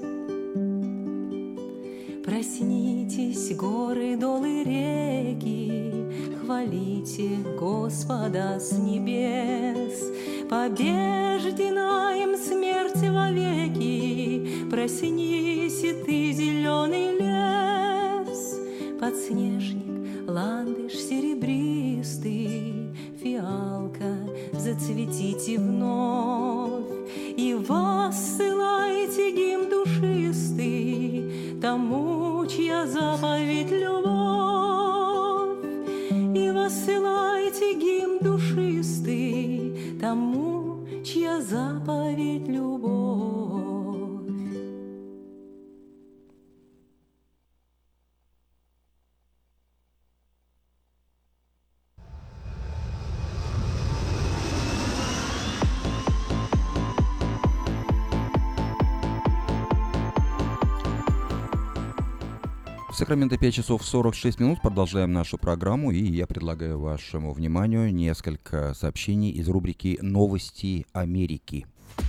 Проснитесь, горы, долы, реки, хвалите Господа с небес. Побеждена им смерть вовеки, проснись и ты, зеленый лес. Подснежник, ландыш серебристый, фиалка, зацветите вновь, и воссылайте гимн душистый тому, чья заповедь любовь. И воссылайте гимн душистый тому, чья заповедь любовь. Сакраменто, пять часов сорок шесть минут. Продолжаем нашу программу, и я предлагаю вашему вниманию несколько сообщений из рубрики «Новости Америки».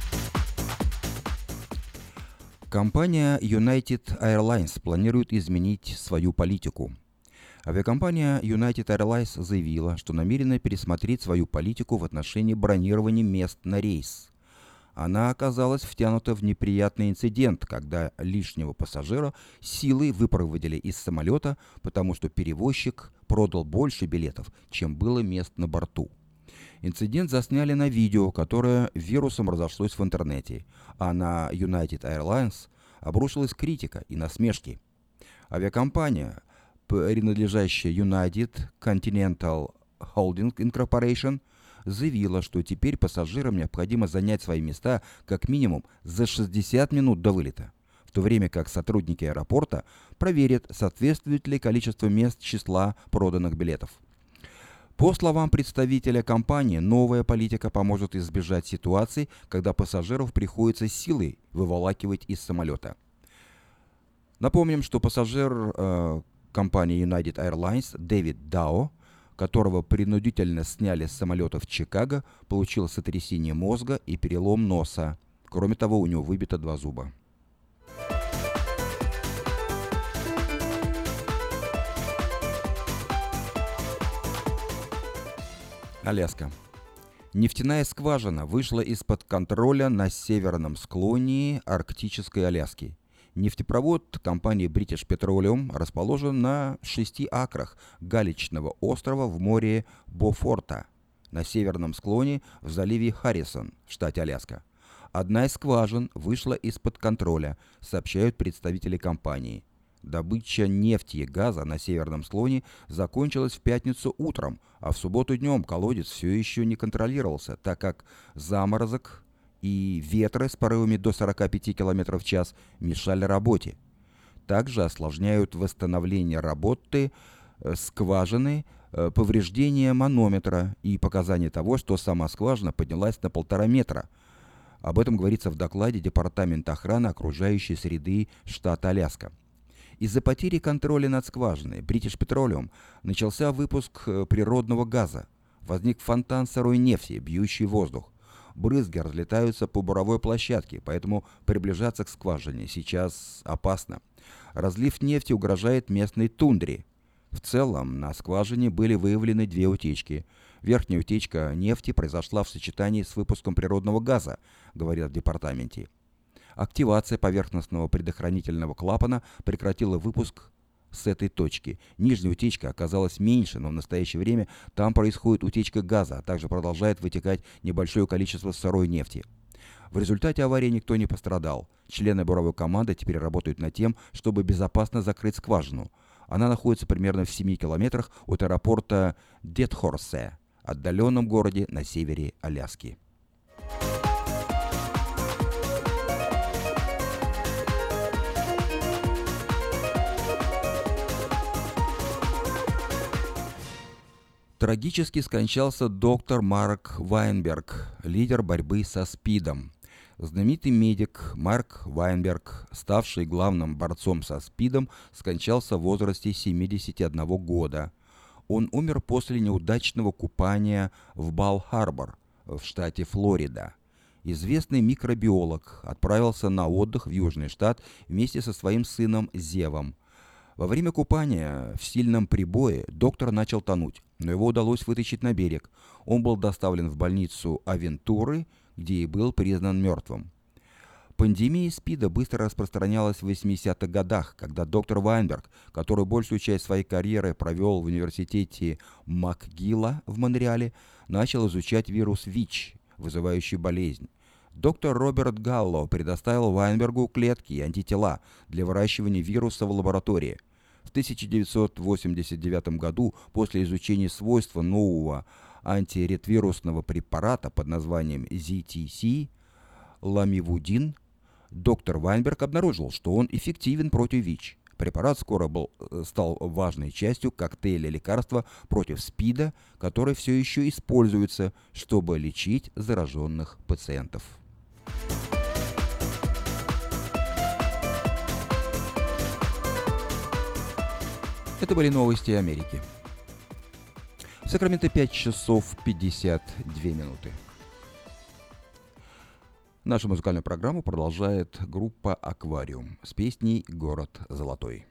Компания United Airlines планирует изменить свою политику. Авиакомпания United Airlines заявила, что намерена пересмотреть свою политику в отношении бронирования мест на рейс. Она оказалась втянута в неприятный инцидент, когда лишнего пассажира силой выпроводили из самолета, потому что перевозчик продал больше билетов, чем было мест на борту. Инцидент засняли на видео, которое вирусом разошлось в интернете, а на United Airlines обрушилась критика и насмешки. Авиакомпания, принадлежащая United Continental Holding Incorporation, заявила, что теперь пассажирам необходимо занять свои места как минимум за шестьдесят минут до вылета, в то время как сотрудники аэропорта проверят, соответствует ли количество мест числа проданных билетов. По словам представителя компании, новая политика поможет избежать ситуаций, когда пассажиров приходится силой выволакивать из самолета. Напомним, что пассажир э, компании United Airlines Дэвид Дао, которого принудительно сняли с самолета в Чикаго, получил сотрясение мозга и перелом носа. Кроме того, у него выбито два зуба. Аляска. Нефтяная скважина вышла из-под контроля на северном склоне арктической Аляски. Нефтепровод компании British Petroleum расположен на шести акрах галечного острова в море Бофорта на северном склоне в заливе Харрисон в штате Аляска. Одна из скважин вышла из-под контроля, сообщают представители компании. Добыча нефти и газа на северном склоне закончилась в пятницу утром, а в субботу днем колодец все еще не контролировался, так как заморозок и ветры с порывами до сорока пяти километров в час мешали работе. Также осложняют восстановление работы скважины, повреждение манометра и показания того, что сама скважина поднялась на полтора метра. Об этом говорится в докладе Департамента охраны окружающей среды штата Аляска. Из-за потери контроля над скважиной British Petroleum начался выпуск природного газа. Возник фонтан сырой нефти, бьющий воздух. Брызги разлетаются по буровой площадке, поэтому приближаться к скважине сейчас опасно. Разлив нефти угрожает местной тундре. В целом, на скважине были выявлены две утечки. Верхняя утечка нефти произошла в сочетании с выпуском природного газа, говорят в департаменте. Активация поверхностного предохранительного клапана прекратила выпуск с этой точки. Нижняя утечка оказалась меньше, но в настоящее время там происходит утечка газа, а также продолжает вытекать небольшое количество сырой нефти. В результате аварии никто не пострадал. Члены буровой команды теперь работают над тем, чтобы безопасно закрыть скважину. Она находится примерно в семи километрах от аэропорта Детхорсе, отдаленном городе на севере Аляски. Трагически скончался доктор Марк Вайнберг, лидер борьбы со СПИДом. Знаменитый медик Марк Вайнберг, ставший главным борцом со СПИДом, скончался в возрасте семидесяти одного года. Он умер после неудачного купания в Балл-Харбор в штате Флорида. Известный микробиолог отправился на отдых в Южный штат вместе со своим сыном Зевом. Во время купания в сильном прибое доктор начал тонуть, но его удалось вытащить на берег. Он был доставлен в больницу Авентуры, где и был признан мертвым. Пандемия СПИДа быстро распространялась в восьмидесятых годах, когда доктор Вайнберг, который большую часть своей карьеры провел в университете МакГилла в Монреале, начал изучать вирус ВИЧ, вызывающий болезнь. Доктор Роберт Галло предоставил Вайнбергу клетки и антитела для выращивания вируса в лаборатории. В тысяча девятьсот восемьдесят девятом году, после изучения свойств нового антиретвирусного препарата под названием зет ти си, ламивудин, доктор Вайнберг обнаружил, что он эффективен против ВИЧ. Препарат скоро был, стал важной частью коктейля лекарства против СПИДа, который все еще используется, чтобы лечить зараженных пациентов. Это были новости Америки. В Сакраменто пять часов пятьдесят две минуты. Нашу музыкальную программу продолжает группа «Аквариум» с песней «Город золотой».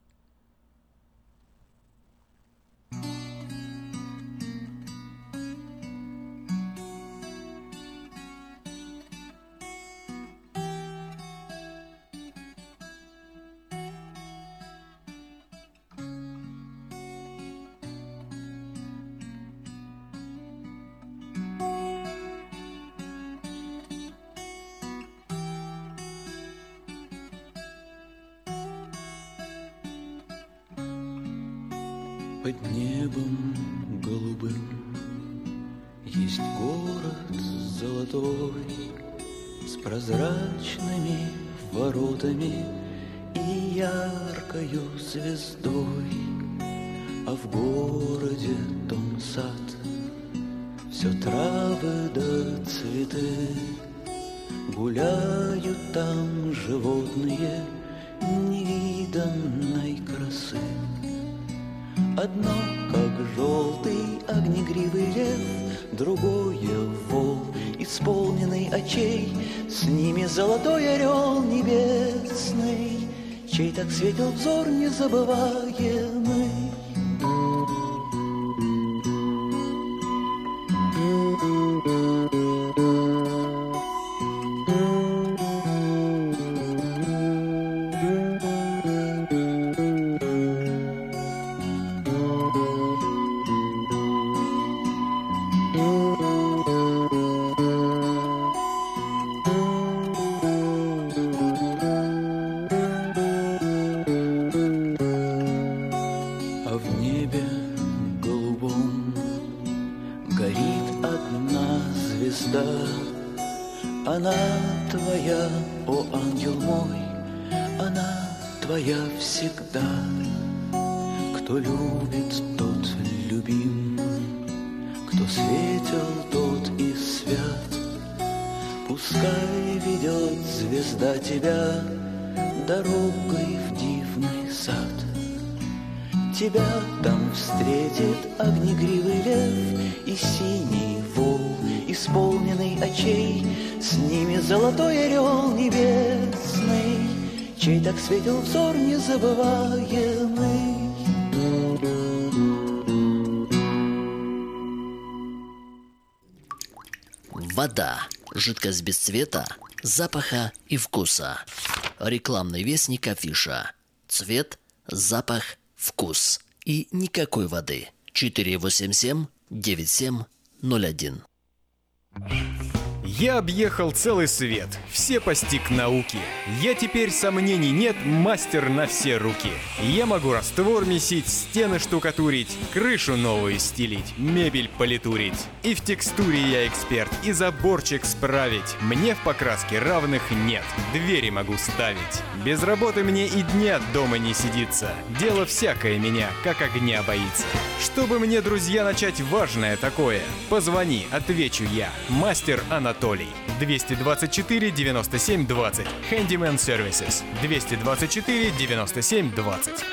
Под небом голубым есть город золотой с прозрачными воротами и яркою звездой. а в городе том сад. Все травы да цветы, гуляют там животные невиданной красы. Одно, как желтый огнегривый лев, другое вол, исполненный очей, с ними золотой орел небесный, чей так светил взор незабываемый. Она твоя, о ангел мой, она твоя всегда. Кто любит, тот любим, кто светил, тот и свят. Пускай ведет звезда тебя дорогой в дивный сад. Тебя там встретит огнегривый лев и синий вол, исполненный очей, с ними золотой орел небесный, чей так светил взор незабываемый. Вода. Жидкость без цвета, запаха и вкуса. Рекламный вестник Афиша. Цвет, запах, вкус. И никакой воды. четыре восемь семь девять семь ноль один. Я объехал целый свет, все постиг науки. Я теперь, сомнений нет, мастер на все руки. Я могу раствор месить, стены штукатурить, крышу новую стелить, мебель политурить. И в текстуре я эксперт, и заборчик справить. Мне в покраске равных нет, двери могу ставить. Без работы мне и дня дома не сидится. Дело всякое меня, как огня боится. Чтобы мне, друзья, начать важное такое, позвони, отвечу я. Мастер Анатолий. двести двадцать четыре девяносто семь двадцать. Handyman Services. двести двадцать четыре девяносто семь двадцать.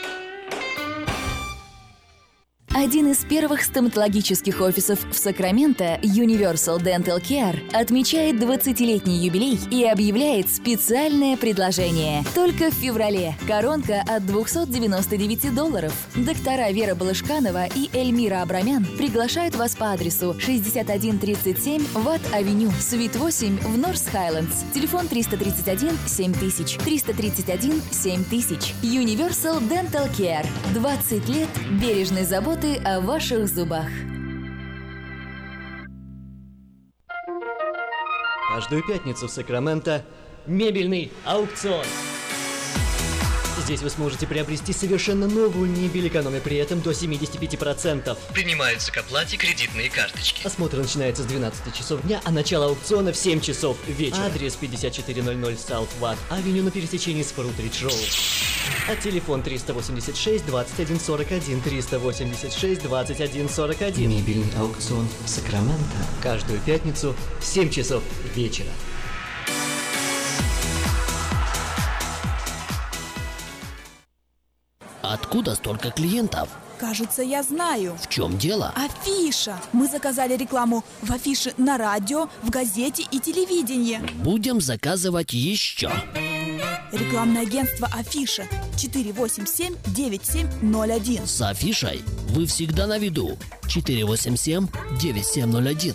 Один из первых стоматологических офисов в Сакраменто, Universal Dental Care, отмечает двадцатилетний юбилей и объявляет специальное предложение. Только в феврале коронка от двести девяносто девять долларов. Доктора Вера Балышканова и Эльмира Абрамян приглашают вас по адресу шестьдесят один тридцать семь Ватт-авеню, Свит восемь в Норс Хайлендс. Телефон триста тридцать один семь тысяч, триста тридцать один семь тысяч. Universal Dental Care. двадцать лет бережной заботы о ваших зубах. Каждую пятницу в Сакраменто мебельный аукцион. Здесь вы сможете приобрести совершенно новую мебель, экономя при этом до семьдесят пять процентов. Принимаются к оплате кредитные карточки. Осмотр начинается с двенадцати часов дня, а начало аукциона в семь часов вечера. Адрес пятьдесят четыре ноль ноль South Watt Авеню на пересечении с Фрутридж Роуд. А телефон триста восемьдесят шесть двадцать один сорок один, триста восемьдесят шесть двадцать один сорок один. Мебельный аукцион в Сакраменто. Каждую пятницу в семь часов вечера. Откуда столько клиентов? Кажется, я знаю. В чем дело? Афиша. Мы заказали рекламу в афише на радио, в газете и телевидении. Будем заказывать еще. Рекламное агентство Афиша. четыре восемь семь девять семь ноль один. С Афишей вы всегда на виду. четыре восемь семь девять семь ноль один.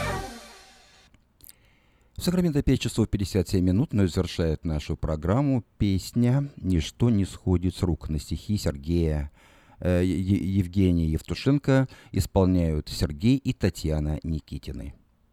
В Сакраменто пять часов пятьдесят семь минут, но завершает нашу программу песня «Ничто не сходит с рук» на стихи Сергея э, Евгения Евтушенко. Исполняют Сергей и Татьяна Никитины.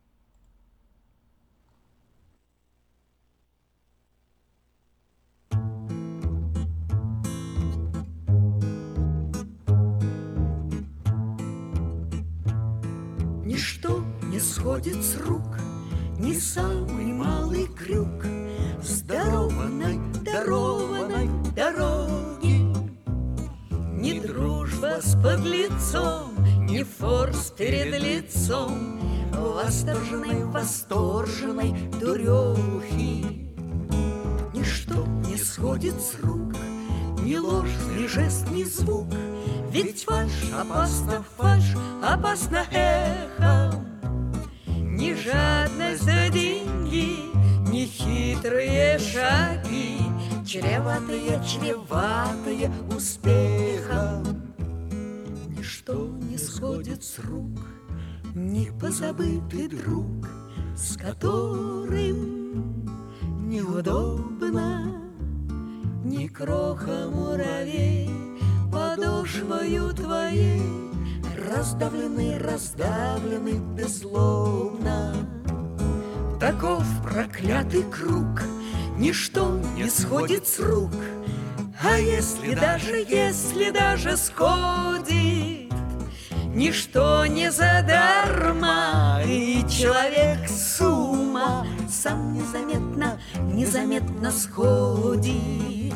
Ничто не сходит с рук, ни самый малый крюк здорованной, дарованной дороги. ни дружба с подлецом, ни форс перед лицом восторженной, восторженной дурехи. Ничто не сходит с рук, ни ложь, ни жест, ни звук, ведь фальшь опасна, фальшь опасна эхом. Ни жадность за деньги, ни хитрые шаги, чреватые, чреватые успехом. Ничто не сходит с рук, ни позабытый друг, с которым неудобно, ни кроха муравей подошвою твоей раздавлены, раздавлены беззлобно. Таков проклятый круг, ничто не сходит с рук. А если даже, если даже сходит, ничто не задарма, и человек с ума сам незаметно, незаметно сходит.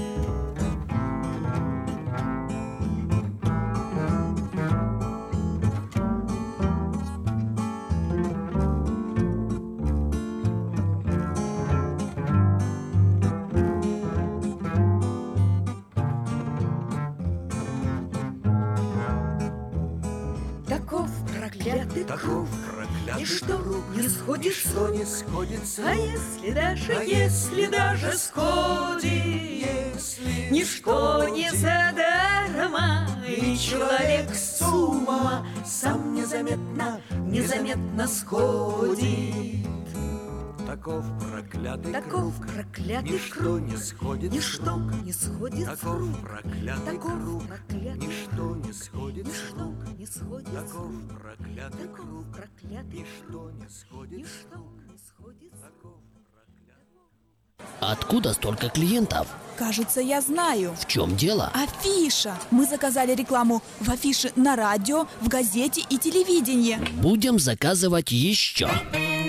Таков проклятый круг, ничто не сходит, что не сходится. А если даже, а если даже сходит, если ничто не задарма, и человек с ума сам незаметно, незаметно сходит. Таков проклятый Таков круг, проклятый ничто круг, не сходит, ничто не сходит. Таков проклятый Таков круг, проклятый ничто не сходит, ничто не сходит. Таков проклятый круг, проклятый ничто не сходит, ничто не сходит. Таков проклятый. Откуда столько клиентов? Кажется, я знаю. В чем дело? Афиша. Мы заказали рекламу в афише на радио, в газете и телевидении. Будем заказывать еще.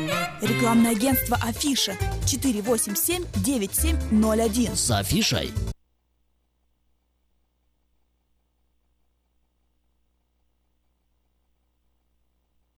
Рекламное агентство «Афиша» четыре восемь семь девять семь ноль один. С афишей